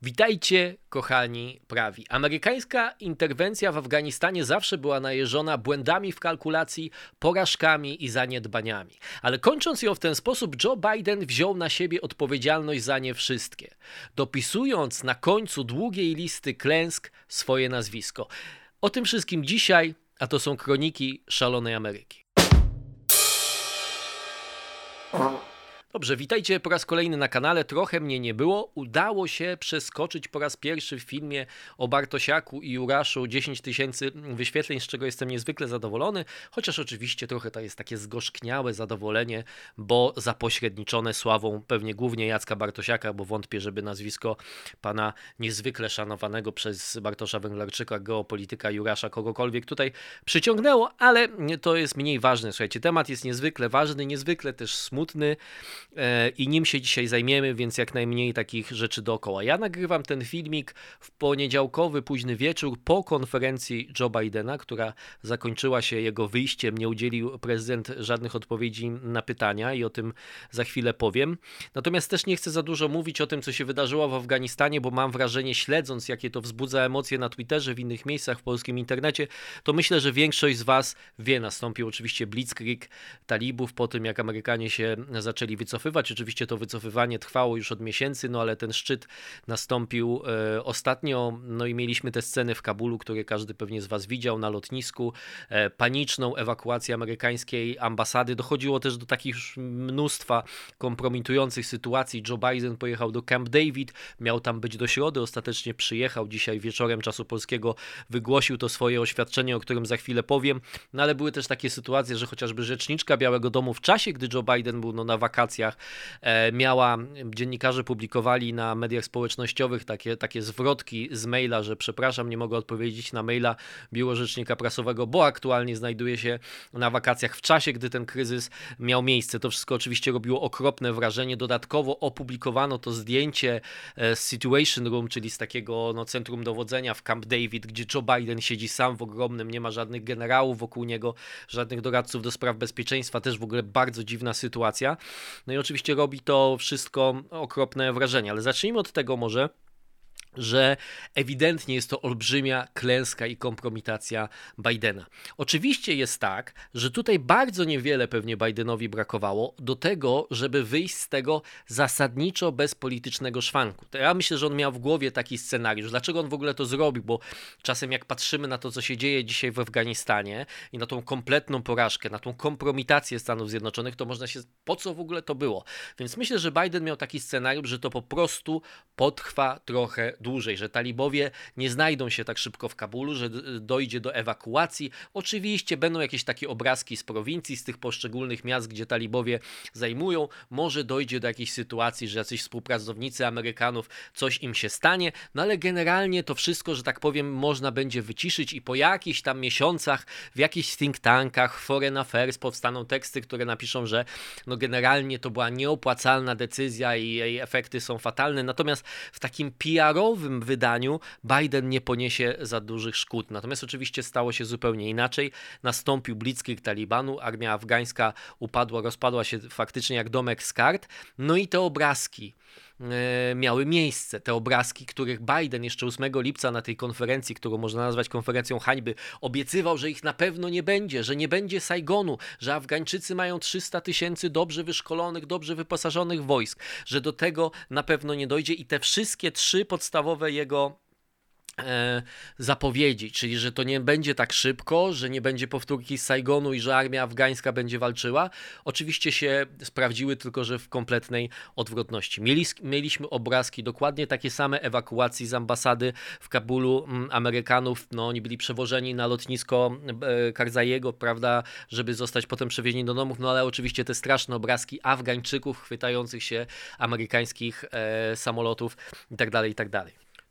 Witajcie, kochani prawi. Amerykańska interwencja w Afganistanie zawsze była najeżona błędami w kalkulacji, porażkami i zaniedbaniami. Ale kończąc ją w ten sposób, Joe Biden wziął na siebie odpowiedzialność za nie wszystkie, dopisując na końcu długiej listy klęsk swoje nazwisko. O tym wszystkim dzisiaj, a to są kroniki szalonej Ameryki. Dobrze, witajcie po raz kolejny na kanale. Trochę mnie nie było. Udało się przeskoczyć po raz pierwszy w filmie o Bartosiaku i Juraszu 10 000 wyświetleń, z czego jestem niezwykle zadowolony, chociaż oczywiście trochę to jest takie zgorzkniałe zadowolenie, bo zapośredniczone sławą pewnie głównie Jacka Bartosiaka, bo wątpię, żeby nazwisko pana niezwykle szanowanego przez Bartosza Węglarczyka, geopolityka Jurasza, kogokolwiek tutaj przyciągnęło, ale to jest mniej ważne. Słuchajcie, temat jest niezwykle ważny, niezwykle też smutny, i nim się dzisiaj zajmiemy, więc jak najmniej takich rzeczy dookoła. Ja nagrywam ten filmik w poniedziałkowy późny wieczór po konferencji Joe Bidena, która zakończyła się jego wyjściem. Nie udzielił prezydent żadnych odpowiedzi na pytania i o tym za chwilę powiem. Natomiast też nie chcę za dużo mówić o tym, co się wydarzyło w Afganistanie, bo mam wrażenie, śledząc jakie to wzbudza emocje na Twitterze, w innych miejscach, w polskim internecie, to myślę, że większość z was wie. Nastąpił oczywiście blitzkrieg talibów po tym, jak Amerykanie się zaczęli wycofywać. Oczywiście to wycofywanie trwało już od miesięcy, no ale ten szczyt nastąpił ostatnio, no i mieliśmy te sceny w Kabulu, które każdy pewnie z was widział na lotnisku, paniczną ewakuację amerykańskiej ambasady. Dochodziło też do takich mnóstwa kompromitujących sytuacji. Joe Biden pojechał do Camp David, miał tam być do środy, ostatecznie przyjechał dzisiaj wieczorem czasu polskiego, wygłosił to swoje oświadczenie, o którym za chwilę powiem, no ale były też takie sytuacje, że chociażby rzeczniczka Białego Domu w czasie, gdy Joe Biden był na wakacjach, dziennikarze publikowali na mediach społecznościowych takie zwrotki z maila, że przepraszam, nie mogę odpowiedzieć na maila Biura Rzecznika Prasowego, bo aktualnie znajduję się na wakacjach w czasie, gdy ten kryzys miał miejsce. To wszystko oczywiście robiło okropne wrażenie. Dodatkowo opublikowano to zdjęcie z Situation Room, czyli z takiego centrum dowodzenia w Camp David, gdzie Joe Biden siedzi sam w ogromnym, nie ma żadnych generałów wokół niego, żadnych doradców do spraw bezpieczeństwa, też w ogóle bardzo dziwna sytuacja. No i oczywiście robi to wszystko okropne wrażenie, ale zacznijmy od tego może, że ewidentnie jest to olbrzymia klęska i kompromitacja Bidena. Oczywiście jest tak, że tutaj bardzo niewiele pewnie Bidenowi brakowało do tego, żeby wyjść z tego zasadniczo bez politycznego szwanku. To ja myślę, że on miał w głowie taki scenariusz. Dlaczego on w ogóle to zrobił? Bo czasem jak patrzymy na to, co się dzieje dzisiaj w Afganistanie i na tą kompletną porażkę, na tą kompromitację Stanów Zjednoczonych, to można się... Po co w ogóle to było? Więc myślę, że Biden miał taki scenariusz, że to po prostu potrwa trochę dłużej, że talibowie nie znajdą się tak szybko w Kabulu, że dojdzie do ewakuacji. Oczywiście będą jakieś takie obrazki z prowincji, z tych poszczególnych miast, gdzie talibowie zajmują. Może dojdzie do jakiejś sytuacji, że jacyś współpracownicy Amerykanów, coś im się stanie, no ale generalnie to wszystko, że tak powiem, można będzie wyciszyć i po jakichś tam miesiącach w jakichś think tankach, Foreign Affairs powstaną teksty, które napiszą, że no generalnie to była nieopłacalna decyzja i jej efekty są fatalne. Natomiast w takim PR-owym wydaniu Biden nie poniesie za dużych szkód. Natomiast oczywiście stało się zupełnie inaczej. Nastąpił blitzkrieg Talibanu, armia afgańska upadła, rozpadła się faktycznie jak domek z kart. No i te obrazki miały miejsce. Te obrazki, których Biden jeszcze 8 lipca na tej konferencji, którą można nazwać konferencją hańby, obiecywał, że ich na pewno nie będzie, że nie będzie Saigonu, że Afgańczycy mają 300 000 dobrze wyszkolonych, dobrze wyposażonych wojsk, że do tego na pewno nie dojdzie i te wszystkie 3 podstawowe jego zapowiedzi, czyli że to nie będzie tak szybko, że nie będzie powtórki z Saigonu i że armia afgańska będzie walczyła, oczywiście się sprawdziły, tylko że w kompletnej odwrotności. Mieliśmy obrazki dokładnie takie same ewakuacji z ambasady w Kabulu Amerykanów, no oni byli przewożeni na lotnisko Karzaiego, prawda, żeby zostać potem przewiezieni do domów, no ale oczywiście te straszne obrazki Afgańczyków chwytających się amerykańskich samolotów i tak dalej, i tak dalej.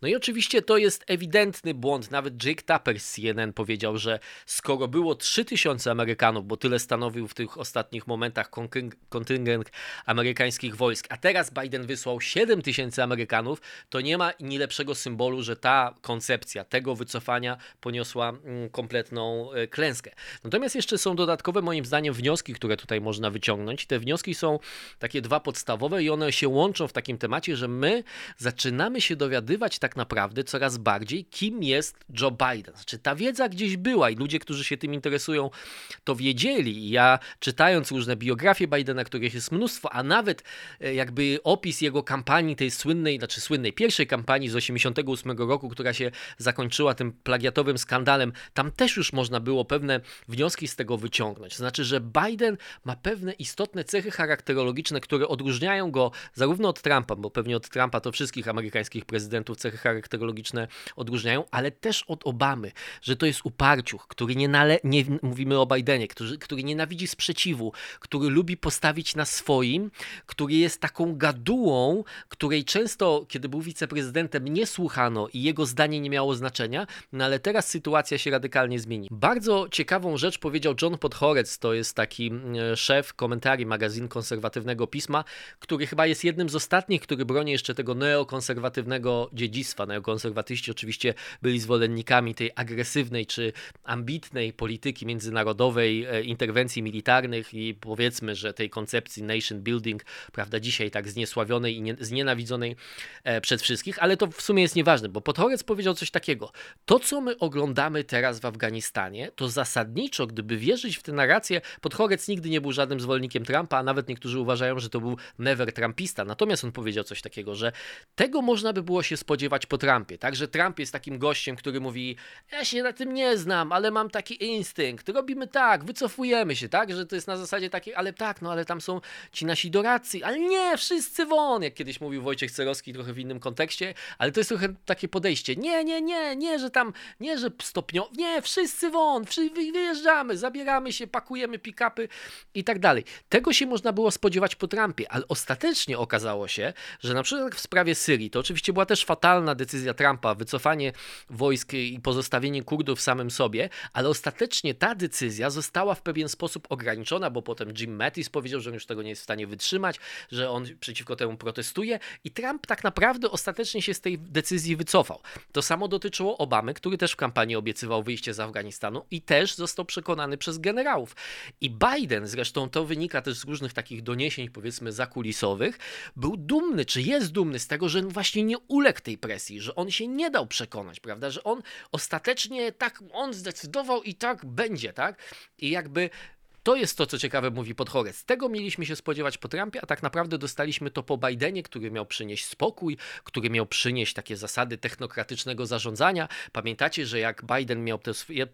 No i oczywiście to jest ewidentny błąd. Nawet Jake Tapper z CNN powiedział, że skoro było 3000 Amerykanów, bo tyle stanowił w tych ostatnich momentach kontyngent amerykańskich wojsk, a teraz Biden wysłał 7000 Amerykanów, to nie ma ni lepszego symbolu, że ta koncepcja tego wycofania poniosła kompletną klęskę. Natomiast jeszcze są dodatkowe, moim zdaniem, wnioski, które tutaj można wyciągnąć. Te wnioski są takie dwa podstawowe i one się łączą w takim temacie, że my zaczynamy się dowiadywać tak naprawdę coraz bardziej, kim jest Joe Biden. Znaczy ta wiedza gdzieś była i ludzie, którzy się tym interesują, to wiedzieli. I ja czytając różne biografie Bidena, których jest mnóstwo, a nawet jakby opis jego kampanii, tej słynnej pierwszej kampanii z 1988 roku, która się zakończyła tym plagiatowym skandalem, tam też już można było pewne wnioski z tego wyciągnąć. Znaczy, że Biden ma pewne istotne cechy charakterologiczne, które odróżniają go zarówno od Trumpa, bo pewnie od Trumpa to wszystkich amerykańskich prezydentów cechy charakterologiczne odróżniają, ale też od Obamy, że to jest uparciuch, który nie mówimy o Bidenie, który nienawidzi sprzeciwu, który lubi postawić na swoim, który jest taką gadułą, której często, kiedy był wiceprezydentem, nie słuchano i jego zdanie nie miało znaczenia, no ale teraz sytuacja się radykalnie zmieni. Bardzo ciekawą rzecz powiedział John Podhoretz, to jest taki szef komentarii magazyn konserwatywnego pisma, który chyba jest jednym z ostatnich, który broni jeszcze tego neokonserwatywnego dziedzictwa. Neokonserwatyści oczywiście byli zwolennikami tej agresywnej czy ambitnej polityki międzynarodowej, interwencji militarnych i powiedzmy, że tej koncepcji nation building, prawda, dzisiaj tak zniesławionej i znienawidzonej przez wszystkich, ale to w sumie jest nieważne, bo Podhoretz powiedział coś takiego. To, co my oglądamy teraz w Afganistanie, to zasadniczo, gdyby wierzyć w tę narrację, Podhoretz nigdy nie był żadnym zwolennikiem Trumpa, a nawet niektórzy uważają, że to był never Trumpista. Natomiast on powiedział coś takiego, że tego można by było się spodziewać po Trumpie, tak, że Trump jest takim gościem, który mówi, ja się na tym nie znam, ale mam taki instynkt, robimy tak, wycofujemy się, tak, że to jest na zasadzie takiej, ale tak, no ale tam są ci nasi doradcy, ale nie, wszyscy won, jak kiedyś mówił Wojciech Cerowski trochę w innym kontekście, ale to jest trochę takie podejście, nie, że tam, nie, że stopniowo, nie, wszyscy won, wyjeżdżamy, zabieramy się, pakujemy pick-upy i tak dalej. Tego się można było spodziewać po Trumpie, ale ostatecznie okazało się, że na przykład w sprawie Syrii, to oczywiście była też fatalna decyzja Trumpa, wycofanie wojsk i pozostawienie Kurdów samym sobie, ale ostatecznie ta decyzja została w pewien sposób ograniczona, bo potem Jim Mattis powiedział, że on już tego nie jest w stanie wytrzymać, że on przeciwko temu protestuje i Trump tak naprawdę ostatecznie się z tej decyzji wycofał. To samo dotyczyło Obamy, który też w kampanii obiecywał wyjście z Afganistanu i też został przekonany przez generałów. I Biden, zresztą to wynika też z różnych takich doniesień, powiedzmy zakulisowych, był dumny, czy jest dumny z tego, że właśnie nie uległ tej presji, że on się nie dał przekonać, prawda, że on ostatecznie tak, on zdecydował i tak będzie, tak? I jakby to jest to, co ciekawe mówi Podhoretz. Tego mieliśmy się spodziewać po Trumpie, a tak naprawdę dostaliśmy to po Bidenie, który miał przynieść spokój, który miał przynieść takie zasady technokratycznego zarządzania. Pamiętacie, że jak Biden miał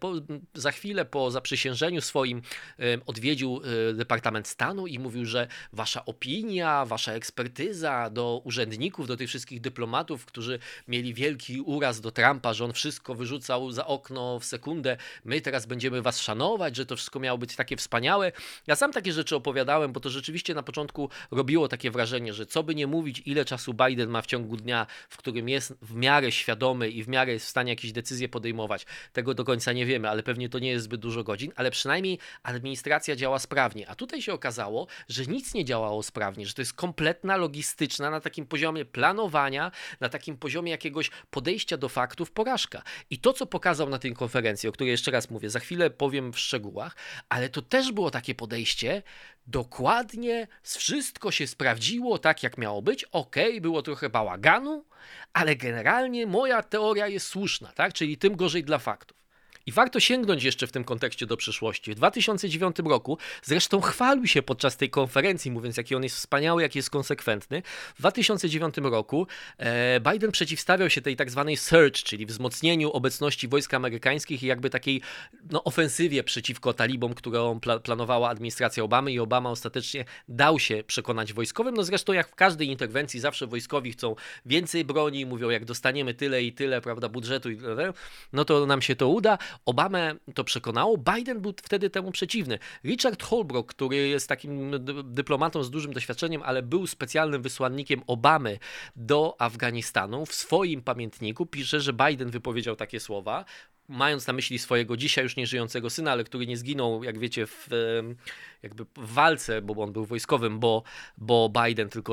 za chwilę po zaprzysiężeniu swoim odwiedził Departament Stanu i mówił, że wasza opinia, wasza ekspertyza do urzędników, do tych wszystkich dyplomatów, którzy mieli wielki uraz do Trumpa, że on wszystko wyrzucał za okno w sekundę, my teraz będziemy was szanować, że to wszystko miało być takie wspaniałe. Ja sam takie rzeczy opowiadałem, bo to rzeczywiście na początku robiło takie wrażenie, że co by nie mówić, ile czasu Biden ma w ciągu dnia, w którym jest w miarę świadomy i w miarę jest w stanie jakieś decyzje podejmować. Tego do końca nie wiemy, ale pewnie to nie jest zbyt dużo godzin, ale przynajmniej administracja działa sprawnie. A tutaj się okazało, że nic nie działało sprawnie, że to jest kompletna logistyczna, na takim poziomie planowania, na takim poziomie jakiegoś podejścia do faktów porażka. I to, co pokazał na tej konferencji, o której jeszcze raz mówię, za chwilę powiem w szczegółach, ale to też było takie podejście, dokładnie wszystko się sprawdziło tak, jak miało być, było trochę bałaganu, ale generalnie moja teoria jest słuszna, tak? Czyli tym gorzej dla faktów. I warto sięgnąć jeszcze w tym kontekście do przyszłości. W 2009 roku, zresztą chwalił się podczas tej konferencji, mówiąc, jaki on jest wspaniały, jaki jest konsekwentny. W 2009 roku Biden przeciwstawiał się tej tak zwanej surge, czyli wzmocnieniu obecności wojsk amerykańskich i jakby takiej ofensywie przeciwko talibom, którą planowała administracja Obamy i Obama ostatecznie dał się przekonać wojskowym. No zresztą jak w każdej interwencji zawsze wojskowi chcą więcej broni, mówią jak dostaniemy tyle i tyle, prawda, budżetu, no to nam się to uda. Obamę to przekonało, Biden był wtedy temu przeciwny. Richard Holbrooke, który jest takim dyplomatą z dużym doświadczeniem, ale był specjalnym wysłannikiem Obamy do Afganistanu, w swoim pamiętniku pisze, że Biden wypowiedział takie słowa, mając na myśli swojego dzisiaj już nieżyjącego syna, ale który nie zginął, jak wiecie, jakby w walce, bo on był wojskowym, bo Biden tylko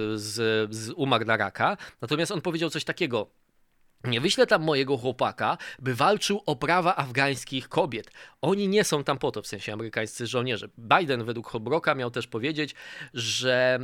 umarł na raka. Natomiast on powiedział coś takiego: nie wyślę tam mojego chłopaka, by walczył o prawa afgańskich kobiet. Oni nie są tam po to, w sensie amerykańscy żołnierze. Biden według Holbrooka miał też powiedzieć, że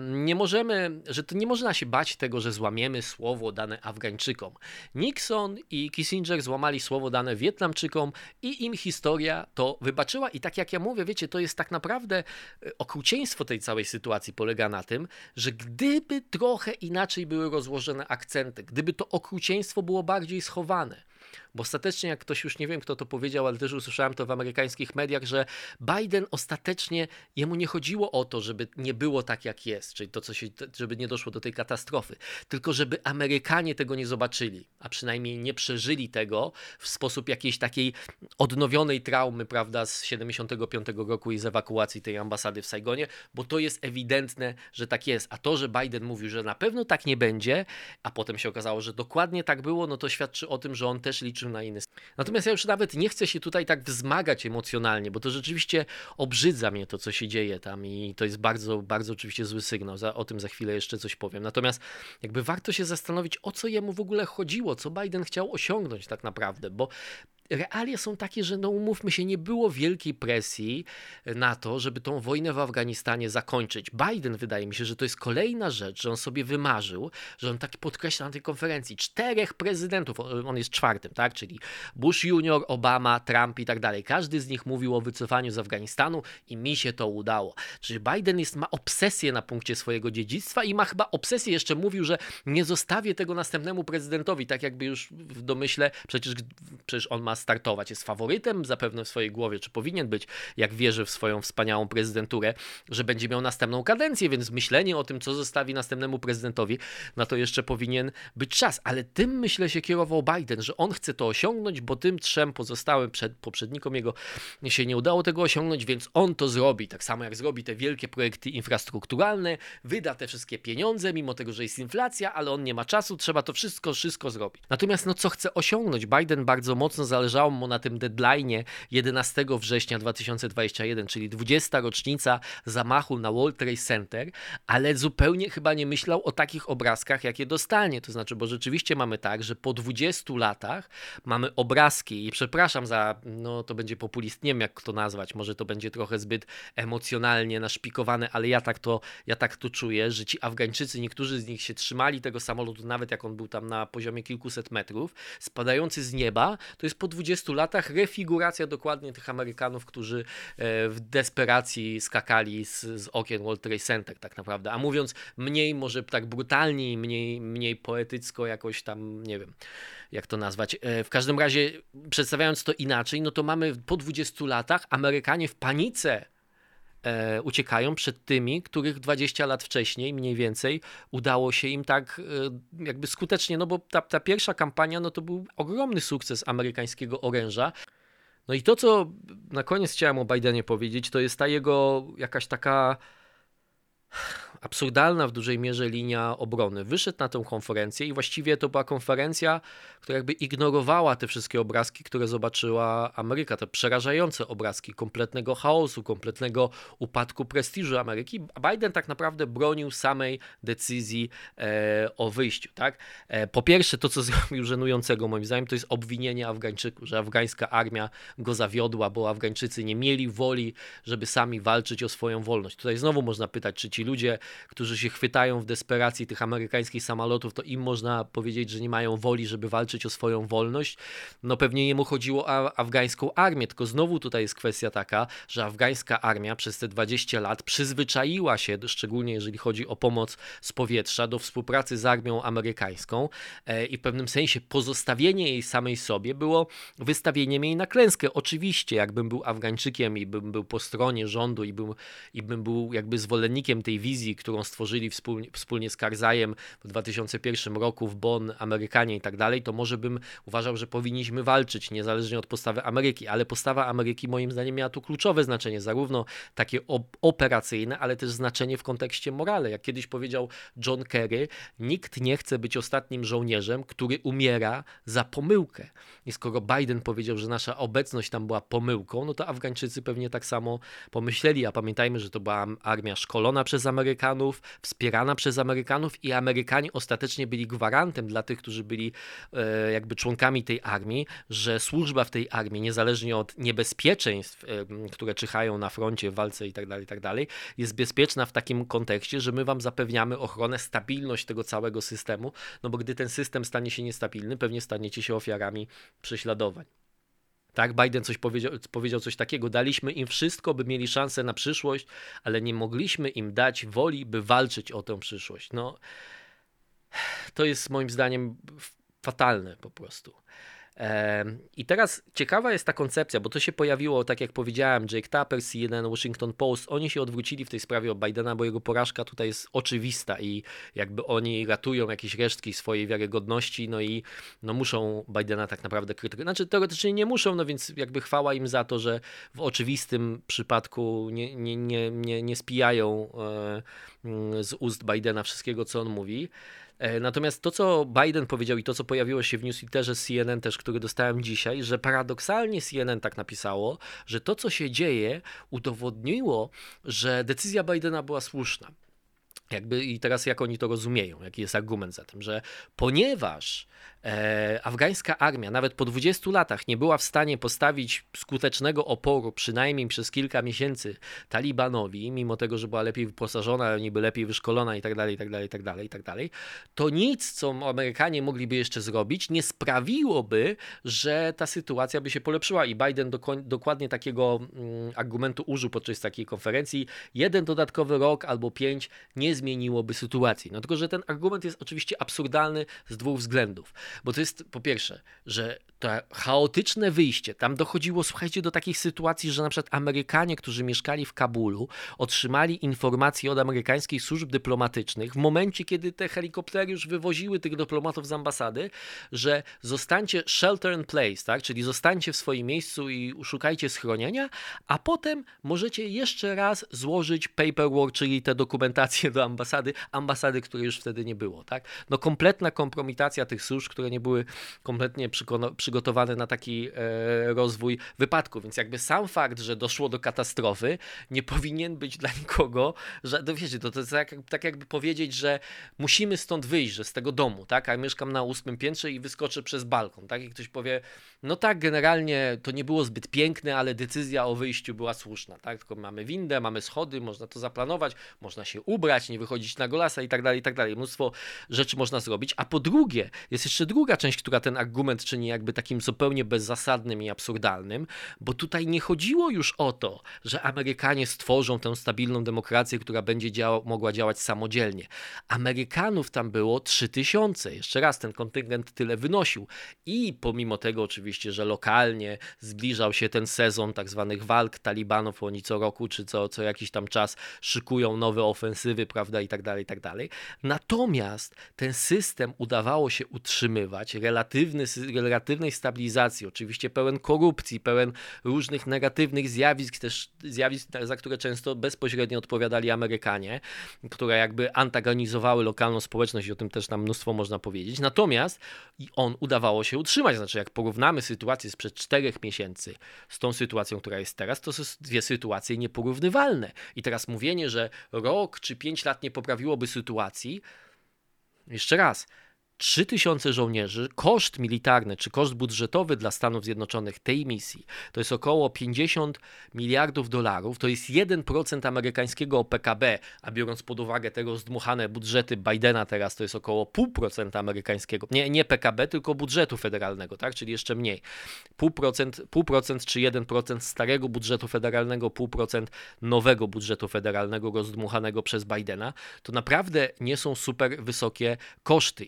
nie można się bać tego, że złamiemy słowo dane Afgańczykom. Nixon i Kissinger złamali słowo dane Wietnamczykom i im historia to wybaczyła. I tak jak ja mówię, wiecie, to jest tak naprawdę okrucieństwo tej całej sytuacji polega na tym, że gdyby trochę inaczej były rozłożone akcenty, gdyby to okrucieństwo było bardziej schowane. Bo ostatecznie, jak ktoś, już nie wiem kto to powiedział, ale też usłyszałem to w amerykańskich mediach, że Biden ostatecznie, jemu nie chodziło o to, żeby nie było tak jak jest, czyli to, żeby nie doszło do tej katastrofy, tylko żeby Amerykanie tego nie zobaczyli, a przynajmniej nie przeżyli tego w sposób jakiejś takiej odnowionej traumy, prawda, z 75 roku i z ewakuacji tej ambasady w Saigonie, bo to jest ewidentne, że tak jest. A to, że Biden mówił, że na pewno tak nie będzie, a potem się okazało, że dokładnie tak było, no to świadczy o tym, że on też liczył na inny. Natomiast ja już nawet nie chcę się tutaj tak wzmagać emocjonalnie, bo to rzeczywiście obrzydza mnie to, co się dzieje tam i to jest bardzo, bardzo oczywiście zły sygnał. O tym za chwilę jeszcze coś powiem. Natomiast jakby warto się zastanowić, o co jemu w ogóle chodziło, co Biden chciał osiągnąć tak naprawdę, bo realia są takie, że no umówmy się, nie było wielkiej presji na to, żeby tą wojnę w Afganistanie zakończyć. Biden, wydaje mi się, że to jest kolejna rzecz, że on sobie wymarzył, że on tak podkreśla na tej konferencji 4 prezydentów, on jest 4, tak, czyli Bush Junior, Obama, Trump i tak dalej. Każdy z nich mówił o wycofaniu z Afganistanu i mi się to udało. Czyli Biden ma obsesję na punkcie swojego dziedzictwa i ma chyba obsesję, jeszcze mówił, że nie zostawię tego następnemu prezydentowi, tak jakby już w domyśle, przecież on ma startować, jest faworytem zapewne w swojej głowie, czy powinien być, jak wierzy w swoją wspaniałą prezydenturę, że będzie miał następną kadencję, więc myślenie o tym, co zostawi następnemu prezydentowi, na to jeszcze powinien być czas, ale tym, myślę, się kierował Biden, że on chce to osiągnąć, bo tym 3 pozostałym poprzednikom jego się nie udało tego osiągnąć, więc on to zrobi, tak samo jak zrobi te wielkie projekty infrastrukturalne, wyda te wszystkie pieniądze, mimo tego, że jest inflacja, ale on nie ma czasu, trzeba to wszystko zrobić. Natomiast no co chce osiągnąć? Biden bardzo mocno zależało mu na tym deadline'ie 11 września 2021, czyli 20. rocznica zamachu na World Trade Center, ale zupełnie chyba nie myślał o takich obrazkach, jakie dostanie. To znaczy, bo rzeczywiście mamy tak, że po 20 latach mamy obrazki i przepraszam za, no to będzie populist, nie wiem jak to nazwać, może to będzie trochę zbyt emocjonalnie naszpikowane, ale ja tak to czuję, że ci Afgańczycy, niektórzy z nich się trzymali tego samolotu, nawet jak on był tam na poziomie kilkuset metrów, spadający z nieba, to jest po 20 latach refiguracja dokładnie tych Amerykanów, którzy w desperacji skakali z okien World Trade Center tak naprawdę. A mówiąc mniej może tak brutalniej, mniej poetycko jakoś tam, nie wiem jak to nazwać. W każdym razie przedstawiając to inaczej, no to mamy po 20 latach Amerykanie w panice uciekają przed tymi, których 20 lat wcześniej mniej więcej udało się im tak jakby skutecznie, no bo ta pierwsza kampania no to był ogromny sukces amerykańskiego oręża. No i to, co na koniec chciałem o Bidenie powiedzieć, to jest ta jego jakaś taka absurdalna w dużej mierze linia obrony. Wyszedł na tę konferencję i właściwie to była konferencja, która jakby ignorowała te wszystkie obrazki, które zobaczyła Ameryka, te przerażające obrazki kompletnego chaosu, kompletnego upadku prestiżu Ameryki. Biden tak naprawdę bronił samej decyzji o wyjściu. Tak? Po pierwsze, to co zrobił żenującego moim zdaniem, to jest obwinienie Afgańczyków, że afgańska armia go zawiodła, bo Afgańczycy nie mieli woli, żeby sami walczyć o swoją wolność. Tutaj znowu można pytać, czy ci ludzie, którzy się chwytają w desperacji tych amerykańskich samolotów, to im można powiedzieć, że nie mają woli, żeby walczyć o swoją wolność. No pewnie jemu chodziło o afgańską armię, tylko znowu tutaj jest kwestia taka, że afgańska armia przez te 20 lat przyzwyczaiła się, szczególnie jeżeli chodzi o pomoc z powietrza, do współpracy z armią amerykańską i w pewnym sensie pozostawienie jej samej sobie było wystawieniem jej na klęskę. Oczywiście, jakbym był Afgańczykiem i bym był po stronie rządu i bym był jakby zwolennikiem tej wizji, którą stworzyli wspólnie z Karzajem w 2001 roku w Bonn, Amerykanie i tak dalej, to może bym uważał, że powinniśmy walczyć niezależnie od postawy Ameryki, ale postawa Ameryki moim zdaniem miała tu kluczowe znaczenie, zarówno takie operacyjne, ale też znaczenie w kontekście morale. Jak kiedyś powiedział John Kerry, nikt nie chce być ostatnim żołnierzem, który umiera za pomyłkę. I skoro Biden powiedział, że nasza obecność tam była pomyłką, no to Afgańczycy pewnie tak samo pomyśleli, a pamiętajmy, że to była armia szkolona przez Amerykanów, wspierana przez Amerykanów i Amerykanie ostatecznie byli gwarantem dla tych, którzy byli jakby członkami tej armii, że służba w tej armii, niezależnie od niebezpieczeństw, które czyhają na froncie, w walce i tak dalej, jest bezpieczna w takim kontekście, że my wam zapewniamy ochronę, stabilność tego całego systemu, no bo gdy ten system stanie się niestabilny, pewnie staniecie się ofiarami prześladowań. Tak, Biden powiedział coś takiego, daliśmy im wszystko, by mieli szansę na przyszłość, ale nie mogliśmy im dać woli, by walczyć o tę przyszłość. No, to jest moim zdaniem fatalne po prostu. I teraz ciekawa jest ta koncepcja, bo to się pojawiło, tak jak powiedziałem, Jake Tapper, CNN, Washington Post, oni się odwrócili w tej sprawie o Bidena, bo jego porażka tutaj jest oczywista i jakby oni ratują jakieś resztki swojej wiarygodności, no i no muszą Bidena tak naprawdę krytykować. Znaczy teoretycznie nie muszą, no więc jakby chwała im za to, że w oczywistym przypadku nie spijają z ust Bidena wszystkiego, co on mówi. Natomiast to, co Biden powiedział i to, co pojawiło się w newsletterze CNN też, który dostałem dzisiaj, że paradoksalnie CNN tak napisało, że to, co się dzieje, udowodniło, że decyzja Bidena była słuszna. I teraz jak oni to rozumieją, jaki jest argument za tym, że ponieważ afgańska armia nawet po 20 latach nie była w stanie postawić skutecznego oporu, przynajmniej przez kilka miesięcy, Talibanowi, mimo tego, że była lepiej wyposażona, niby lepiej wyszkolona i tak dalej, to nic, co Amerykanie mogliby jeszcze zrobić, nie sprawiłoby, że ta sytuacja by się polepszyła. I Biden dokładnie takiego argumentu użył podczas takiej konferencji. 1 dodatkowy rok albo 5 nie zmieniłoby sytuacji. No tylko, że ten argument jest oczywiście absurdalny z dwóch względów. Bo to jest po pierwsze, że to chaotyczne wyjście, tam dochodziło, słuchajcie, do takich sytuacji, że na przykład Amerykanie, którzy mieszkali w Kabulu, otrzymali informacje od amerykańskich służb dyplomatycznych w momencie, kiedy te helikoptery już wywoziły tych dyplomatów z ambasady, że zostańcie shelter in place, tak? Czyli zostańcie w swoim miejscu i szukajcie schronienia, a potem możecie jeszcze raz złożyć paperwork, czyli te dokumentacje do ambasady, której już wtedy nie było, tak? No kompletna kompromitacja tych służb, które nie były kompletnie przygotowane na taki rozwój wypadku, więc jakby sam fakt, że doszło do katastrofy, nie powinien być dla nikogo, że no wiecie, to jest tak jakby powiedzieć, że musimy stąd wyjść, że z tego domu, tak? A ja mieszkam na 8. piętrze i wyskoczę przez balkon, tak? I ktoś powie, no tak, generalnie to nie było zbyt piękne, ale decyzja o wyjściu była słuszna, tak? Tylko mamy windę, mamy schody, można to zaplanować, można się ubrać, nie wychodzić na golasa i tak dalej. Mnóstwo rzeczy można zrobić, a po drugie, jest jeszcze druga część, która ten argument czyni jakby takim zupełnie bezzasadnym i absurdalnym, bo tutaj nie chodziło już o to, że Amerykanie stworzą tę stabilną demokrację, która będzie mogła działać samodzielnie. Amerykanów tam było 3000. Jeszcze raz, ten kontyngent tyle wynosił. I pomimo tego oczywiście, że lokalnie zbliżał się ten sezon tak zwanych walk Talibanów, oni co roku czy co jakiś tam czas szykują nowe ofensywy, prawda, i tak dalej. Natomiast ten system udawało się utrzymywać, relatywnej stabilizacji, oczywiście pełen korupcji, pełen różnych negatywnych zjawisk, też zjawisk, za które często bezpośrednio odpowiadali Amerykanie, które jakby antagonizowały lokalną społeczność i o tym też tam mnóstwo można powiedzieć. Natomiast on udawało się utrzymać, znaczy jak porównamy sytuację sprzed 4 miesięcy z tą sytuacją, która jest teraz, to są dwie sytuacje nieporównywalne. I teraz mówienie, że rok czy 5 lat nie poprawiłoby sytuacji, jeszcze raz, 3000 żołnierzy, koszt militarny czy koszt budżetowy dla Stanów Zjednoczonych tej misji to jest około 50 miliardów dolarów, to jest 1% amerykańskiego PKB, a biorąc pod uwagę te rozdmuchane budżety Bidena teraz, to jest około 0,5% amerykańskiego, nie PKB, tylko budżetu federalnego, tak, czyli jeszcze mniej. 0,5% czy 1% starego budżetu federalnego, 0,5% nowego budżetu federalnego rozdmuchanego przez Bidena, to naprawdę nie są super wysokie koszty. I teraz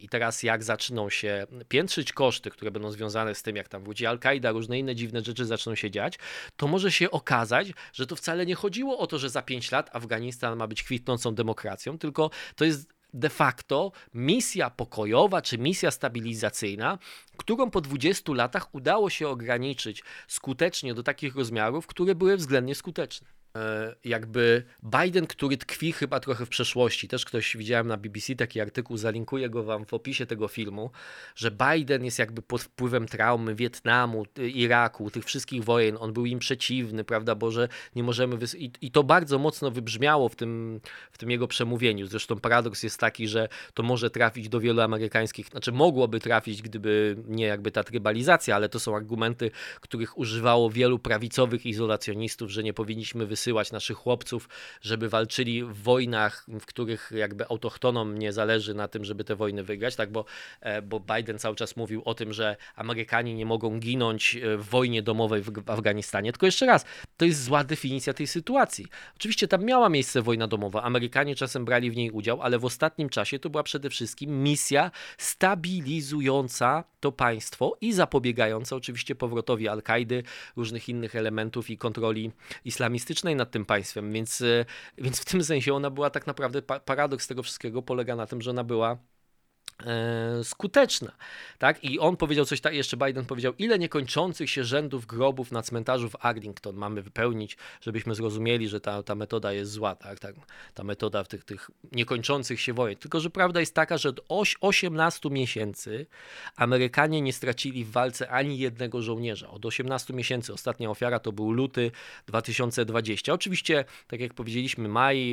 Teraz jak zaczną się piętrzyć koszty, które będą związane z tym, jak tam wróci Al-Kaida, różne inne dziwne rzeczy zaczną się dziać, to może się okazać, że to wcale nie chodziło o to, że za 5 lat Afganistan ma być kwitnącą demokracją, tylko to jest de facto misja pokojowa czy misja stabilizacyjna, którą po 20 latach udało się ograniczyć skutecznie do takich rozmiarów, które były względnie skuteczne. Jakby Biden, który tkwi chyba trochę w przeszłości, też ktoś widziałem na BBC taki artykuł, zalinkuję go wam w opisie tego filmu, że Biden jest jakby pod wpływem traumy Wietnamu, Iraku, tych wszystkich wojen, on był im przeciwny, prawda, bo że nie możemy, i to bardzo mocno wybrzmiało w tym jego przemówieniu, zresztą paradoks jest taki, że to może trafić do wielu amerykańskich, znaczy mogłoby trafić, gdyby nie jakby ta trybalizacja, ale to są argumenty, których używało wielu prawicowych izolacjonistów, że nie powinniśmy wysyłać naszych chłopców, żeby walczyli w wojnach, w których jakby autochtonom nie zależy na tym, żeby te wojny wygrać, tak, bo Biden cały czas mówił o tym, że Amerykanie nie mogą ginąć w wojnie domowej w Afganistanie, tylko jeszcze raz, to jest zła definicja tej sytuacji. Oczywiście tam miała miejsce wojna domowa, Amerykanie czasem brali w niej udział, ale w ostatnim czasie to była przede wszystkim misja stabilizująca to państwo i zapobiegająca oczywiście powrotowi Al-Kaidy, różnych innych elementów i kontroli islamistycznej nad tym państwem, więc w tym sensie ona była tak naprawdę, paradoks tego wszystkiego polega na tym, że ona była skuteczna, tak? I on powiedział coś tak, jeszcze Biden powiedział, ile niekończących się rzędów grobów na cmentarzu w Arlington mamy wypełnić, żebyśmy zrozumieli, że ta metoda jest zła, tak? Ta metoda w tych niekończących się wojen. Tylko że prawda jest taka, że od 18 miesięcy Amerykanie nie stracili w walce ani jednego żołnierza. Od 18 miesięcy, ostatnia ofiara to był luty 2020. Oczywiście, tak jak powiedzieliśmy,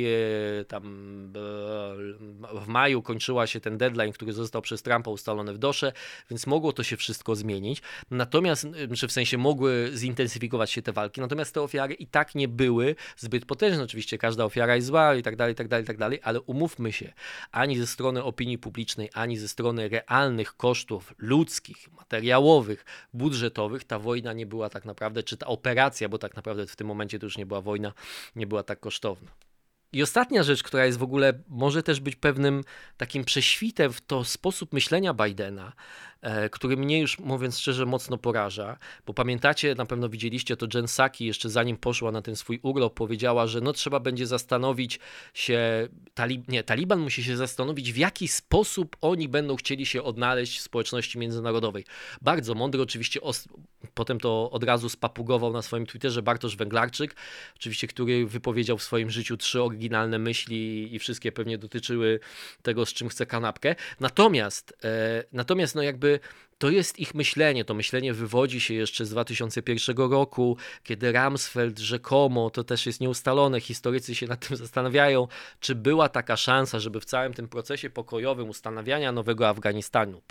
w maju kończyła się ten deadline, który został przez Trumpa ustalony w Dosze, więc mogło to się wszystko zmienić. Natomiast, czy w sensie mogły zintensyfikować się te walki, natomiast te ofiary i tak nie były zbyt potężne. Oczywiście każda ofiara jest zła i tak dalej, ale umówmy się, ani ze strony opinii publicznej, ani ze strony realnych kosztów ludzkich, materiałowych, budżetowych, ta wojna nie była tak naprawdę, czy ta operacja, bo tak naprawdę w tym momencie to już nie była wojna, nie była tak kosztowna. I ostatnia rzecz, która jest w ogóle, może też być pewnym takim prześwitem w to sposób myślenia Bidena, który mnie już, mówiąc szczerze, mocno poraża, bo pamiętacie, na pewno widzieliście to, Jen Psaki jeszcze zanim poszła na ten swój urlop powiedziała, że no trzeba będzie zastanowić się, Taliban musi się zastanowić, w jaki sposób oni będą chcieli się odnaleźć w społeczności międzynarodowej. Bardzo mądry, oczywiście potem to od razu spapugował na swoim Twitterze Bartosz Węglarczyk, oczywiście, który wypowiedział w swoim życiu 3 oryginalne myśli i wszystkie pewnie dotyczyły tego, z czym chce kanapkę. Natomiast no jakby to jest ich myślenie, to myślenie wywodzi się jeszcze z 2001 roku, kiedy Rumsfeld rzekomo, to też jest nieustalone, historycy się nad tym zastanawiają, czy była taka szansa, żeby w całym tym procesie pokojowym ustanawiania nowego Afganistanu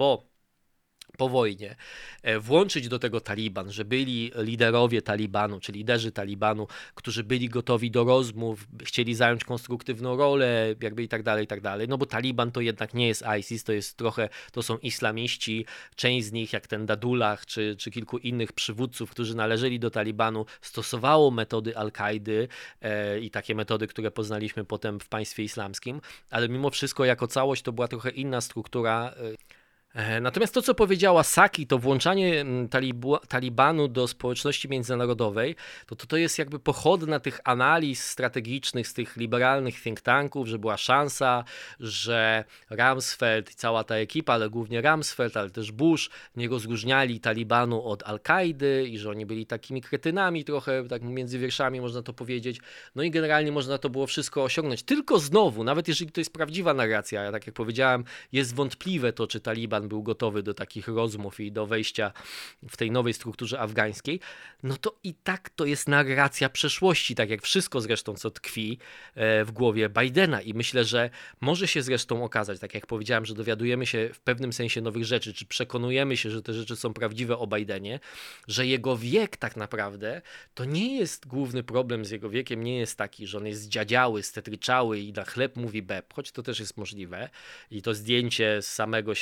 po wojnie, włączyć do tego Taliban, że byli liderowie Talibanu, czy liderzy Talibanu, którzy byli gotowi do rozmów, chcieli zająć konstruktywną rolę, jakby i tak dalej, no bo Taliban to jednak nie jest ISIS, to są islamiści, część z nich, jak ten Dadullah, czy kilku innych przywódców, którzy należeli do Talibanu, stosowało metody Al-Kaidy i takie metody, które poznaliśmy potem w państwie islamskim, ale mimo wszystko jako całość to była trochę inna struktura. Natomiast to, co powiedziała Psaki, to włączanie Talibanu do społeczności międzynarodowej, to jest jakby pochodna tych analiz strategicznych z tych liberalnych think tanków, że była szansa, że Rumsfeld i cała ta ekipa, ale głównie Rumsfeld, ale też Bush, nie rozróżniali Talibanu od Al-Kaidy i że oni byli takimi kretynami trochę, tak między wierszami można to powiedzieć. No i generalnie można to było wszystko osiągnąć. Tylko znowu, nawet jeżeli to jest prawdziwa narracja, tak jak powiedziałem, jest wątpliwe to, czy Taliban był gotowy do takich rozmów i do wejścia w tej nowej strukturze afgańskiej, no to i tak to jest narracja przeszłości, tak jak wszystko zresztą, co tkwi w głowie Bidena i myślę, że może się zresztą okazać, tak jak powiedziałem, że dowiadujemy się w pewnym sensie nowych rzeczy, czy przekonujemy się, że te rzeczy są prawdziwe o Bidenie, że jego wiek tak naprawdę to nie jest główny problem z jego wiekiem, nie jest taki, że on jest zdziadziały, stetryczały i na chleb mówi beb, choć to też jest możliwe i to zdjęcie z samego siedzącego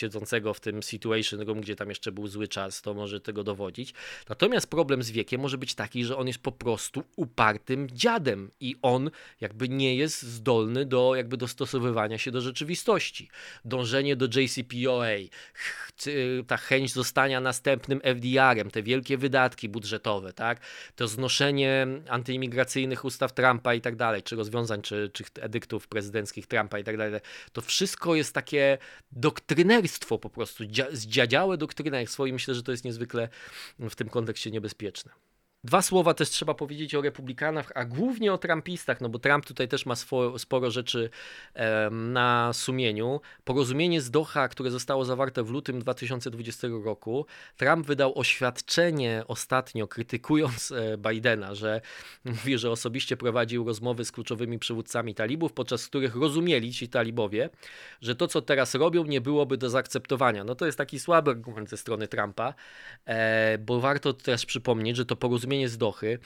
tego w tym Situation Room, gdzie tam jeszcze był zły czas, to może tego dowodzić. Natomiast problem z wiekiem może być taki, że on jest po prostu upartym dziadem i on jakby nie jest zdolny do jakby dostosowywania się do rzeczywistości. Dążenie do JCPOA, ta chęć zostania następnym FDR-em, te wielkie wydatki budżetowe, tak? To znoszenie antyimigracyjnych ustaw Trumpa i tak dalej, czy rozwiązań, czy edyktów prezydenckich Trumpa i tak dalej. To wszystko jest takie doktrynerstwo po prostu, zdziadziałe doktrynerstwo i myślę, że to jest niezwykle w tym kontekście niebezpieczne. Dwa słowa też trzeba powiedzieć o republikanach, a głównie o trumpistach, no bo Trump tutaj też ma sporo rzeczy na sumieniu. Porozumienie z Doha, które zostało zawarte w lutym 2020 roku, Trump wydał oświadczenie ostatnio krytykując Bidena, że mówi, że osobiście prowadził rozmowy z kluczowymi przywódcami talibów, podczas których rozumieli ci talibowie, że to, co teraz robią, nie byłoby do zaakceptowania. No to jest taki słaby argument ze strony Trumpa, bo warto też przypomnieć, że to porozumienie z Dochy,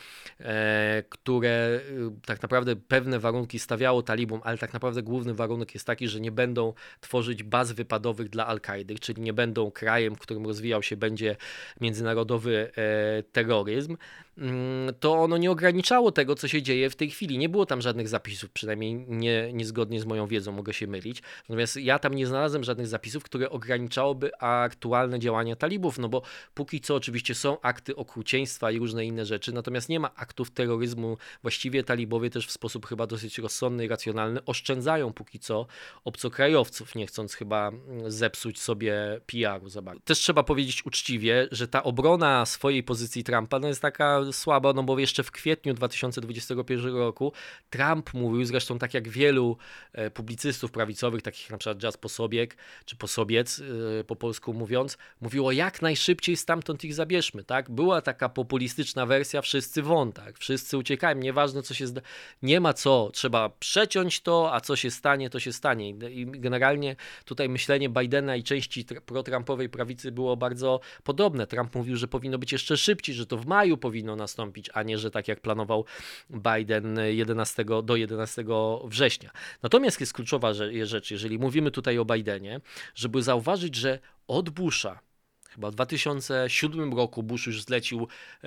które tak naprawdę pewne warunki stawiało talibom, ale tak naprawdę główny warunek jest taki, że nie będą tworzyć baz wypadowych dla Al-Kaidy, czyli nie będą krajem, w którym rozwijał się będzie międzynarodowy terroryzm. To ono nie ograniczało tego, co się dzieje w tej chwili. Nie było tam żadnych zapisów, przynajmniej niezgodnie z moją wiedzą, mogę się mylić. Natomiast ja tam nie znalazłem żadnych zapisów, które ograniczałyby aktualne działania talibów, no bo póki co oczywiście są akty okrucieństwa i różne inne rzeczy, natomiast nie ma aktów terroryzmu. Właściwie talibowie też w sposób chyba dosyć rozsądny i racjonalny oszczędzają póki co obcokrajowców, nie chcąc chyba zepsuć sobie PR-u za bardzo. Też trzeba powiedzieć uczciwie, że ta obrona swojej pozycji Trumpa no jest taka słaba, no bo jeszcze w kwietniu 2021 roku Trump mówił, zresztą tak jak wielu publicystów prawicowych, takich jak na przykład Jazz Posobiec, czy Posobiec po polsku mówiąc, mówiło jak najszybciej stamtąd ich zabierzmy, tak? Była taka populistyczna wersja, wszyscy won, tak? Wszyscy uciekają, nieważne co się nie ma co, trzeba przeciąć to, a co się stanie, to się stanie. I generalnie tutaj myślenie Bidena i części pro-Trumpowej prawicy było bardzo podobne. Trump mówił, że powinno być jeszcze szybciej, że to w maju powinno nastąpić, a nie, że tak jak planował Biden do 11 września. Natomiast jest kluczowa rzecz, jeżeli mówimy tutaj o Bidenie, żeby zauważyć, że od Busha, chyba w 2007 roku Bush już zlecił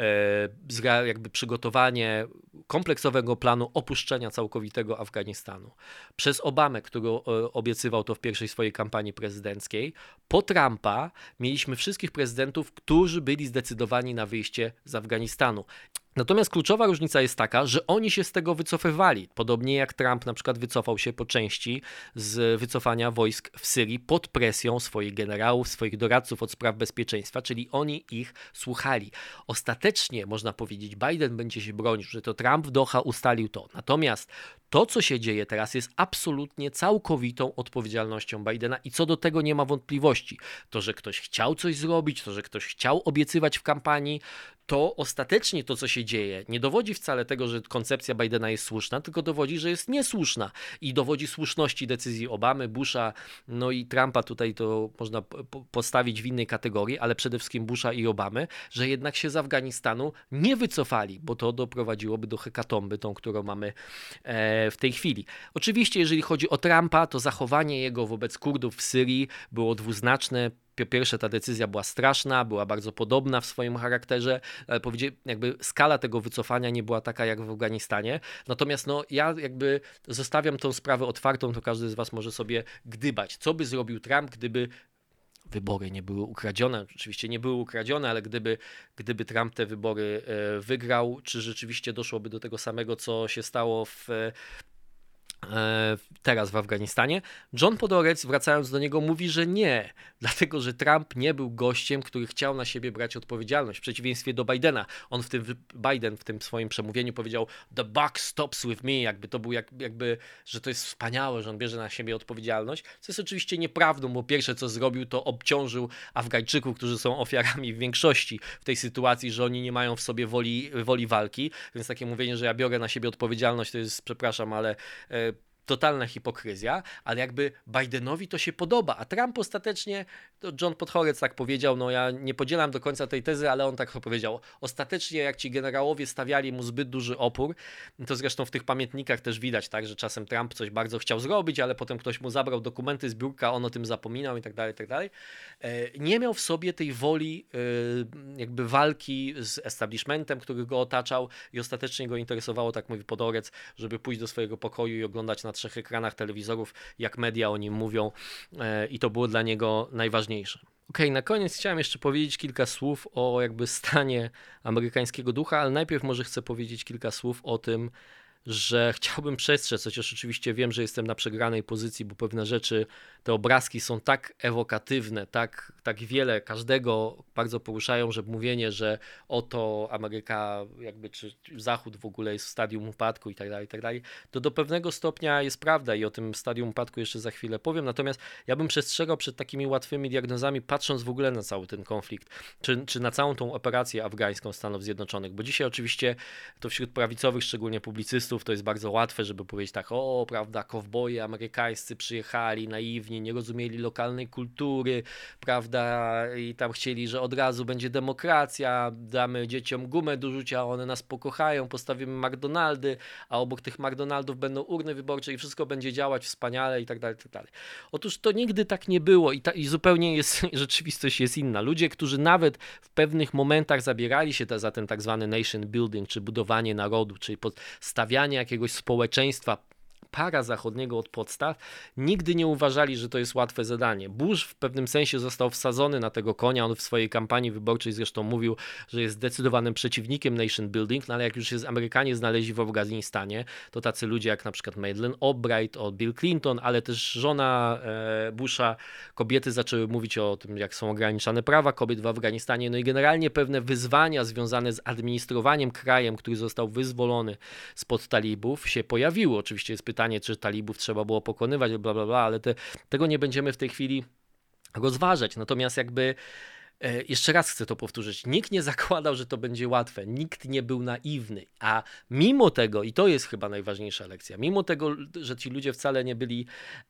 jakby przygotowanie kompleksowego planu opuszczenia całkowitego Afganistanu. Przez Obamę, który obiecywał to w pierwszej swojej kampanii prezydenckiej, po Trumpa mieliśmy wszystkich prezydentów, którzy byli zdecydowani na wyjście z Afganistanu. Natomiast kluczowa różnica jest taka, że oni się z tego wycofywali. Podobnie jak Trump na przykład wycofał się po części z wycofania wojsk w Syrii pod presją swoich generałów, swoich doradców od spraw bezpieczeństwa, czyli oni ich słuchali. Ostatecznie można powiedzieć, Biden będzie się bronił, że to Trump w Doha ustalił to. Natomiast to, co się dzieje teraz, jest absolutnie całkowitą odpowiedzialnością Bidena i co do tego nie ma wątpliwości. To, że ktoś chciał coś zrobić, to, że ktoś chciał obiecywać w kampanii, to ostatecznie to, co się dzieje, nie dowodzi wcale tego, że koncepcja Bidena jest słuszna, tylko dowodzi, że jest niesłuszna i dowodzi słuszności decyzji Obamy, Busha, no i Trumpa tutaj to można postawić w innej kategorii, ale przede wszystkim Busha i Obamy, że jednak się z Afganistanu nie wycofali, bo to doprowadziłoby do hekatomby, tą, którą mamy w tej chwili. Oczywiście, jeżeli chodzi o Trumpa, to zachowanie jego wobec Kurdów w Syrii było dwuznaczne. Po pierwsze, ta decyzja była straszna, była bardzo podobna w swoim charakterze, ale jakby skala tego wycofania nie była taka jak w Afganistanie. Natomiast no, ja jakby zostawiam tą sprawę otwartą, to każdy z was może sobie gdybać. Co by zrobił Trump, gdyby wybory nie były ukradzione? Oczywiście nie były ukradzione, ale gdyby Trump te wybory wygrał, czy rzeczywiście doszłoby do tego samego, co się stało teraz w Afganistanie? John Podorec, wracając do niego, mówi, że nie, dlatego że Trump nie był gościem, który chciał na siebie brać odpowiedzialność, w przeciwieństwie do Bidena. Biden w tym swoim przemówieniu powiedział "The buck stops with me", jakby to był jakby, że to jest wspaniałe, że on bierze na siebie odpowiedzialność, co jest oczywiście nieprawdą, bo pierwsze co zrobił, to obciążył Afgańczyków, którzy są ofiarami w większości w tej sytuacji, że oni nie mają w sobie woli walki, więc takie mówienie, że ja biorę na siebie odpowiedzialność, to jest, przepraszam, ale totalna hipokryzja, ale jakby Bidenowi to się podoba, a Trump ostatecznie, to John Podhoretz tak powiedział, no ja nie podzielam do końca tej tezy, ale on tak powiedział, ostatecznie jak ci generałowie stawiali mu zbyt duży opór, to zresztą w tych pamiętnikach też widać, tak, że czasem Trump coś bardzo chciał zrobić, ale potem ktoś mu zabrał dokumenty z biurka, on o tym zapominał i tak dalej, nie miał w sobie tej woli jakby walki z establishmentem, który go otaczał i ostatecznie go interesowało, tak mówi Podhoretz, żeby pójść do swojego pokoju i oglądać na 3 ekranach telewizorów, jak media o nim mówią i to było dla niego najważniejsze. Okej, na koniec chciałem jeszcze powiedzieć kilka słów o jakby stanie amerykańskiego ducha, ale najpierw może chcę powiedzieć kilka słów o tym, że chciałbym przestrzec, chociaż oczywiście wiem, że jestem na przegranej pozycji, bo pewne rzeczy, te obrazki są tak ewokatywne, tak wiele każdego bardzo poruszają, że mówienie, że oto Ameryka jakby, czy Zachód w ogóle jest w stadium upadku i tak dalej, to do pewnego stopnia jest prawda i o tym stadium upadku jeszcze za chwilę powiem, natomiast ja bym przestrzegał przed takimi łatwymi diagnozami, patrząc w ogóle na cały ten konflikt, czy na całą tą operację afgańską Stanów Zjednoczonych, bo dzisiaj oczywiście to wśród prawicowych, szczególnie publicystów, to jest bardzo łatwe, żeby powiedzieć tak, o, prawda, kowboje amerykańscy przyjechali naiwni, nie rozumieli lokalnej kultury, prawda, i tam chcieli, że od razu będzie demokracja, damy dzieciom gumę do rzucia, one nas pokochają, postawimy McDonaldy, a obok tych McDonaldów będą urny wyborcze i wszystko będzie działać wspaniale i tak dalej, tak dalej. Otóż to nigdy tak nie było i zupełnie jest, rzeczywistość jest inna. Ludzie, którzy nawet w pewnych momentach zabierali się za ten tak zwany nation building, czy budowanie narodu, czyli stawianie jakiegoś społeczeństwa parazachodniego od podstaw, nigdy nie uważali, że to jest łatwe zadanie. Bush w pewnym sensie został wsadzony na tego konia, on w swojej kampanii wyborczej zresztą mówił, że jest zdecydowanym przeciwnikiem nation building, no ale jak już się Amerykanie znaleźli w Afganistanie, to tacy ludzie jak na przykład Madeleine Albright, Bill Clinton, ale też żona Busha, kobiety zaczęły mówić o tym, jak są ograniczane prawa kobiet w Afganistanie, no i generalnie pewne wyzwania związane z administrowaniem krajem, który został wyzwolony spod talibów się pojawiły. Oczywiście jest pytanie, czy talibów trzeba było pokonywać, bla, bla, bla, ale tego nie będziemy w tej chwili rozważać. Natomiast jakby jeszcze raz chcę to powtórzyć, nikt nie zakładał, że to będzie łatwe, nikt nie był naiwny, a mimo tego, i to jest chyba najważniejsza lekcja, mimo tego, że ci ludzie wcale nie byli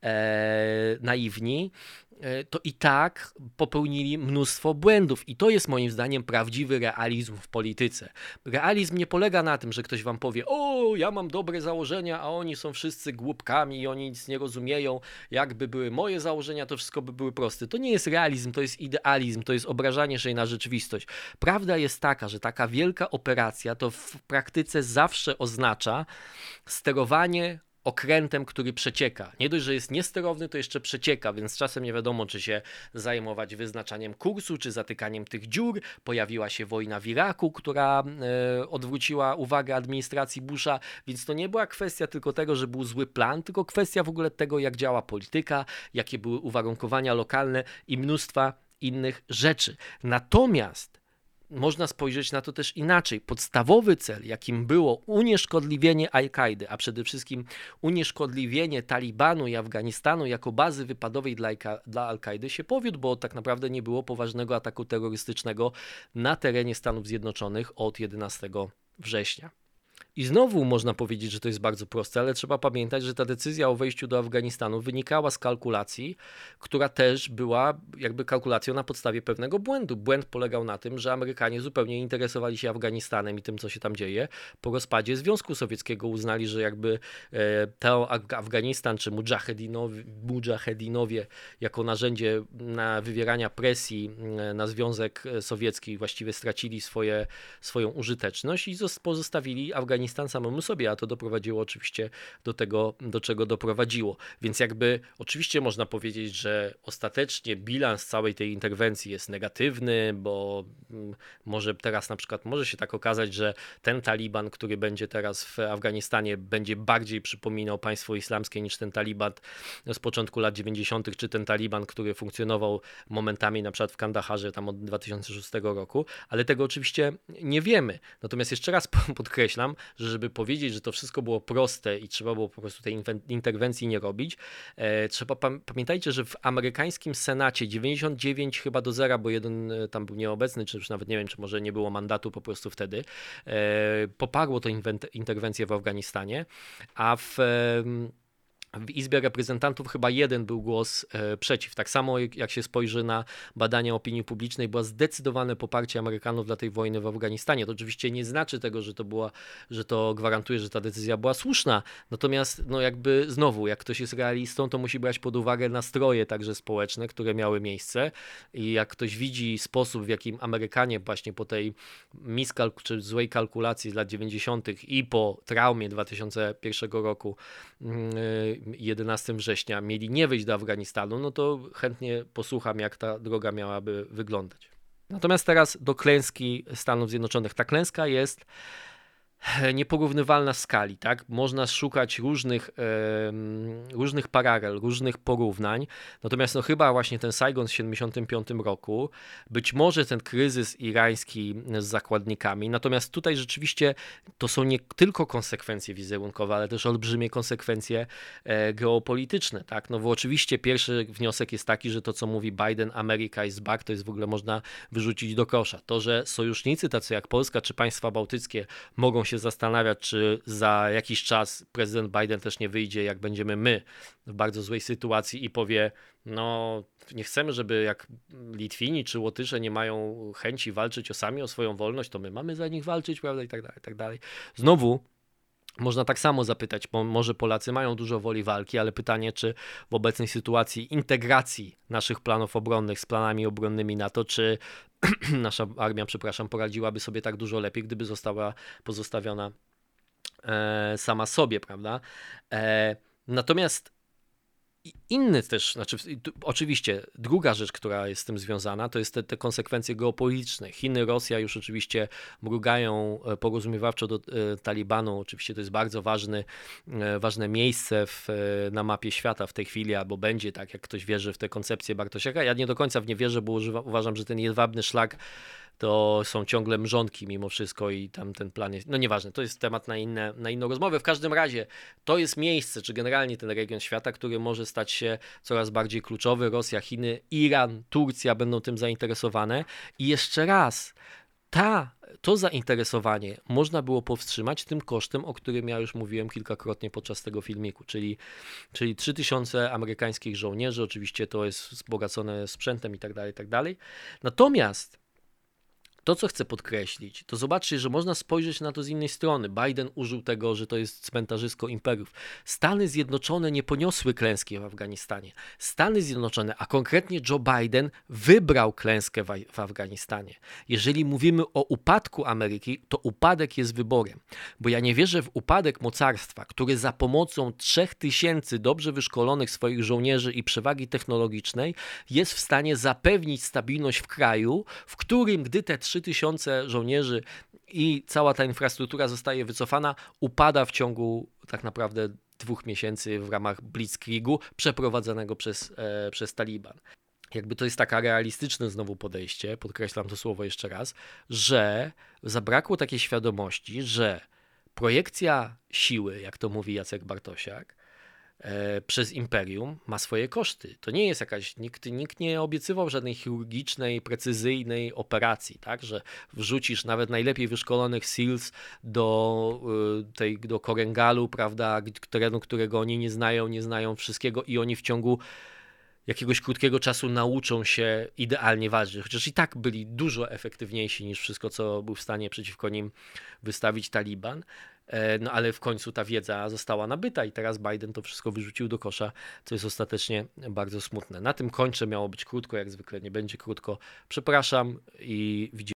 naiwni, to i tak popełnili mnóstwo błędów i to jest moim zdaniem prawdziwy realizm w polityce. Realizm nie polega na tym, że ktoś wam powie, o, ja mam dobre założenia, a oni są wszyscy głupkami i oni nic nie rozumieją, jakby były moje założenia, to wszystko by były proste. To nie jest realizm, to jest idealizm, to jest obrażanie się na rzeczywistość. Prawda jest taka, że taka wielka operacja to w praktyce zawsze oznacza sterowanie okrętem, który przecieka. Nie dość, że jest niesterowny, to jeszcze przecieka, więc czasem nie wiadomo, czy się zajmować wyznaczaniem kursu, czy zatykaniem tych dziur. Pojawiła się wojna w Iraku, która odwróciła uwagę administracji Busha, więc to nie była kwestia tylko tego, że był zły plan, tylko kwestia w ogóle tego, jak działa polityka, jakie były uwarunkowania lokalne i mnóstwa innych rzeczy. Natomiast można spojrzeć na to też inaczej. Podstawowy cel, jakim było unieszkodliwienie Al-Kaidy, a przede wszystkim unieszkodliwienie Talibanu i Afganistanu jako bazy wypadowej dla Al-Kaidy się powiódł, bo tak naprawdę nie było poważnego ataku terrorystycznego na terenie Stanów Zjednoczonych od 11 września. I znowu można powiedzieć, że to jest bardzo proste, ale trzeba pamiętać, że ta decyzja o wejściu do Afganistanu wynikała z kalkulacji, która też była jakby kalkulacją na podstawie pewnego błędu. Błęd polegał na tym, że Amerykanie zupełnie nie interesowali się Afganistanem i tym, co się tam dzieje. Po rozpadzie Związku Sowieckiego uznali, że jakby Afganistan czy mudżahedinowie jako narzędzie na wywierania presji na Związek Sowiecki właściwie stracili swoją użyteczność i pozostawili Afganistan samemu sobie, a to doprowadziło oczywiście do tego, do czego doprowadziło. Więc jakby oczywiście można powiedzieć, że ostatecznie bilans całej tej interwencji jest negatywny, bo może teraz na przykład może się tak okazać, że ten Taliban, który będzie teraz w Afganistanie, będzie bardziej przypominał państwo islamskie niż ten Taliban z początku lat 90., czy ten Taliban, który funkcjonował momentami na przykład w Kandaharze tam od 2006 roku, ale tego oczywiście nie wiemy. Natomiast jeszcze raz podkreślam, że żeby powiedzieć, że to wszystko było proste i trzeba było po prostu tej interwencji nie robić, pamiętajcie, że w amerykańskim Senacie 99 chyba do 0, bo jeden tam był nieobecny, czy już nawet nie wiem, czy może nie było mandatu po prostu wtedy, poparło tę interwencję w Afganistanie, a W Izbie Reprezentantów chyba jeden był głos przeciw. Tak samo jak się spojrzy na badania opinii publicznej, było zdecydowane poparcie Amerykanów dla tej wojny w Afganistanie. To oczywiście nie znaczy tego, że to gwarantuje, że ta decyzja była słuszna. Natomiast no jakby znowu, jak ktoś jest realistą, to musi brać pod uwagę nastroje także społeczne, które miały miejsce i jak ktoś widzi sposób, w jakim Amerykanie właśnie po tej czy złej kalkulacji z lat 90. i po traumie 2001 roku 11 września mieli nie wyjść do Afganistanu, no to chętnie posłucham, jak ta droga miałaby wyglądać. Natomiast teraz do klęski Stanów Zjednoczonych. Ta klęska jest nieporównywalna w skali, tak? Można szukać różnych paralel, różnych porównań, natomiast no chyba właśnie ten Saigon z 1975 roku, być może ten kryzys irański z zakładnikami, natomiast tutaj rzeczywiście to są nie tylko konsekwencje wizerunkowe, ale też olbrzymie konsekwencje geopolityczne, tak? No bo oczywiście pierwszy wniosek jest taki, że to co mówi Biden, America is back, to jest w ogóle można wyrzucić do kosza. To, że sojusznicy tacy jak Polska czy państwa bałtyckie mogą się zastanawiać, czy za jakiś czas prezydent Biden też nie wyjdzie, jak będziemy my w bardzo złej sytuacji i powie, no nie chcemy, żeby jak Litwini czy Łotysze nie mają chęci walczyć sami o swoją wolność, to my mamy za nich walczyć, prawda, i tak dalej, i tak dalej. Znowu można tak samo zapytać, bo może Polacy mają dużo woli walki, ale pytanie, czy w obecnej sytuacji integracji naszych planów obronnych z planami obronnymi NATO, czy nasza armia, poradziłaby sobie tak dużo lepiej, gdyby została pozostawiona sama sobie, prawda? Natomiast inny też, znaczy oczywiście druga rzecz, która jest z tym związana, to jest te konsekwencje geopolityczne. Chiny, Rosja już oczywiście mrugają porozumiewawczo do Talibanu. Oczywiście to jest bardzo ważne miejsce na mapie świata w tej chwili, albo będzie tak, jak ktoś wierzy w tę koncepcję Bartosiaka. Ja nie do końca w nie wierzę, bo uważam, że ten jedwabny szlak to są ciągle mrzonki mimo wszystko i tam ten plan jest, no nieważne, to jest temat na inną rozmowę. W każdym razie to jest miejsce, czy generalnie ten region świata, który może stać się coraz bardziej kluczowy. Rosja, Chiny, Iran, Turcja będą tym zainteresowane i jeszcze raz, to zainteresowanie można było powstrzymać tym kosztem, o którym ja już mówiłem kilkakrotnie podczas tego filmiku, czyli 3000 amerykańskich żołnierzy, oczywiście to jest wzbogacone sprzętem i tak dalej. Natomiast to, co chcę podkreślić, to zobaczcie, że można spojrzeć na to z innej strony. Biden użył tego, że to jest cmentarzysko imperiów. Stany Zjednoczone nie poniosły klęski w Afganistanie. Stany Zjednoczone, a konkretnie Joe Biden, wybrał klęskę w Afganistanie. Jeżeli mówimy o upadku Ameryki, to upadek jest wyborem. Bo ja nie wierzę w upadek mocarstwa, który za pomocą 3000 dobrze wyszkolonych swoich żołnierzy i przewagi technologicznej jest w stanie zapewnić stabilność w kraju, w którym, gdy te 3000 żołnierzy i cała ta infrastruktura zostaje wycofana, upada w ciągu tak naprawdę 2 miesięcy w ramach Blitzkriegu przeprowadzonego przez Taliban. Jakby to jest taka realistyczne znowu podejście, podkreślam to słowo jeszcze raz, że zabrakło takiej świadomości, że projekcja siły, jak to mówi Jacek Bartosiak, przez imperium ma swoje koszty. To nie jest nikt nie obiecywał żadnej chirurgicznej, precyzyjnej operacji, tak, że wrzucisz nawet najlepiej wyszkolonych SEALs do Korengalu, prawda, terenu, którego oni nie znają wszystkiego i oni w ciągu jakiegoś krótkiego czasu nauczą się idealnie walczyć, chociaż i tak byli dużo efektywniejsi niż wszystko, co był w stanie przeciwko nim wystawić Taliban. No ale w końcu ta wiedza została nabyta i teraz Biden to wszystko wyrzucił do kosza, co jest ostatecznie bardzo smutne. Na tym kończę, miało być krótko, jak zwykle nie będzie krótko. Przepraszam i widzimy.